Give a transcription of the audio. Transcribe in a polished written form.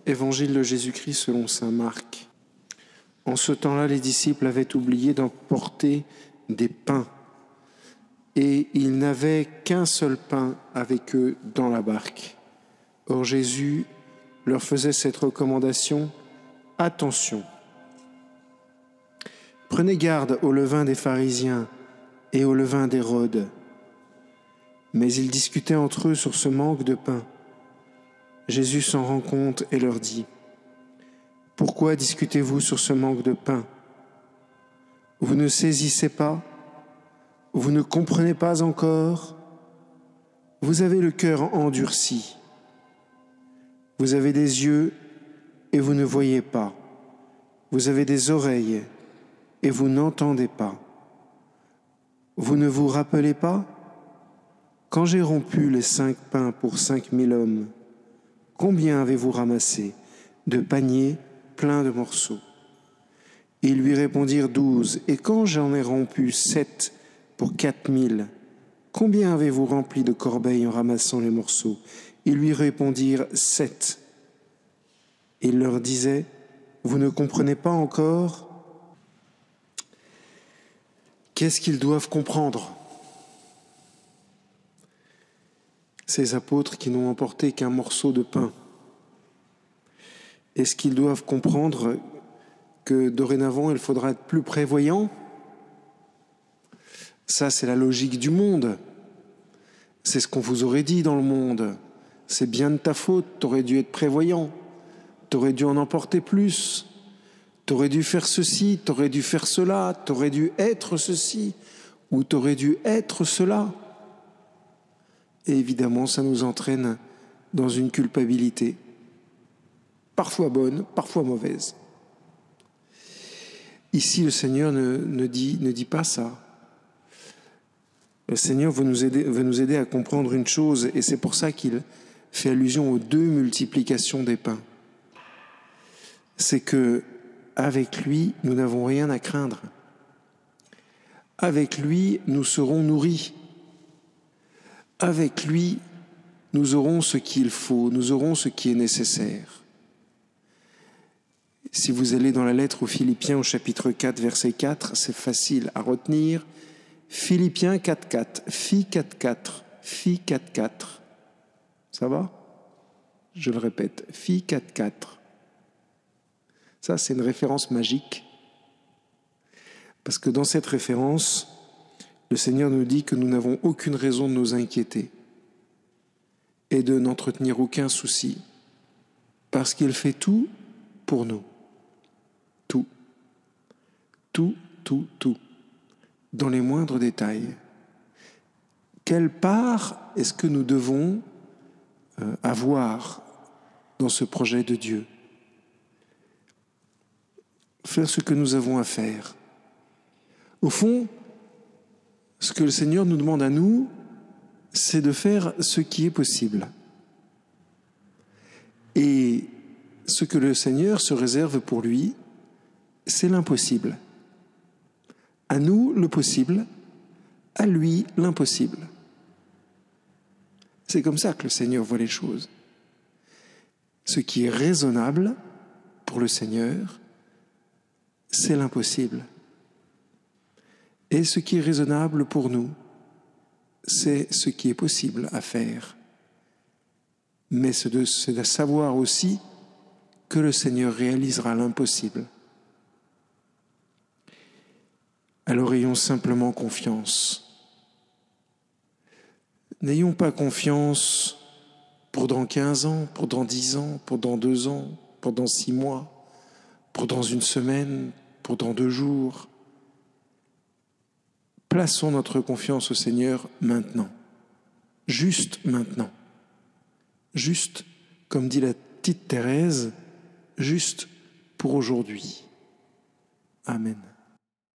Évangile de Jésus-Christ selon saint Marc. En ce temps-là, les disciples avaient oublié d'emporter des pains, et ils n'avaient qu'un seul pain avec eux dans la barque. Or Jésus leur faisait cette recommandation: attention, prenez garde au levain des pharisiens et au levain d'Hérode. Mais ils discutaient entre eux sur ce manque de pain. Jésus s'en rend compte et leur dit: pourquoi discutez-vous sur ce manque de pain? Vous ne saisissez pas? Vous ne comprenez pas encore? Vous avez le cœur endurci. Vous avez des yeux et vous ne voyez pas. Vous avez des oreilles et vous n'entendez pas. Vous ne vous rappelez pas? Quand j'ai rompu les 5 pains pour 5000 hommes, combien avez-vous ramassé de paniers pleins de morceaux? Ils lui répondirent 12. Et quand j'en ai rompu 7 pour 4000, combien avez-vous rempli de corbeilles en ramassant les morceaux? Ils lui répondirent 7. Il leur disait: vous ne comprenez pas encore? Qu'est-ce qu'ils doivent comprendre, ces apôtres qui n'ont emporté qu'un morceau de pain? Est-ce qu'ils doivent comprendre que dorénavant, il faudra être plus prévoyant? Ça, c'est la logique du monde. C'est ce qu'on vous aurait dit dans le monde. C'est bien de ta faute, t'aurais dû être prévoyant. T'aurais dû en emporter plus. T'aurais dû faire ceci, t'aurais dû faire cela, t'aurais dû être ceci, ou t'aurais dû être cela. Et évidemment, ça nous entraîne dans une culpabilité, parfois bonne, parfois mauvaise. Ici, le Seigneur ne dit pas ça. Le Seigneur veut nous aider à comprendre une chose, et c'est pour ça qu'il fait allusion aux 2 multiplications des pains. C'est que avec lui, nous n'avons rien à craindre. Avec lui, nous serons nourris. Avec lui, nous aurons ce qu'il faut, nous aurons ce qui est nécessaire. Si vous allez dans la lettre aux Philippiens au chapitre 4, verset 4, c'est facile à retenir. Philippiens 4.4, Phi 4.4, Phi 4.4. Ça va? Je le répète, Phi 4.4. Ça, c'est une référence magique. Parce que dans cette référence, le Seigneur nous dit que nous n'avons aucune raison de nous inquiéter et de n'entretenir aucun souci, parce qu'il fait tout pour nous. Tout. Tout, tout, tout. Dans les moindres détails. Quelle part est-ce que nous devons avoir dans ce projet de Dieu? Faire ce que nous avons à faire. Au fond, ce que le Seigneur nous demande à nous, c'est de faire ce qui est possible. Et ce que le Seigneur se réserve pour lui, c'est l'impossible. À nous, le possible, à lui, l'impossible. C'est comme ça que le Seigneur voit les choses. Ce qui est raisonnable pour le Seigneur, c'est l'impossible. Et ce qui est raisonnable pour nous, c'est ce qui est possible à faire. Mais c'est de savoir aussi que le Seigneur réalisera l'impossible. Alors ayons simplement confiance. N'ayons pas confiance pour dans 15 ans, pour dans 10 ans, pour dans 2 ans, pour dans 6 mois, pour dans 1 semaine, pour dans 2 jours. Plaçons notre confiance au Seigneur maintenant, juste maintenant. Juste, comme dit la petite Thérèse, juste pour aujourd'hui. Amen.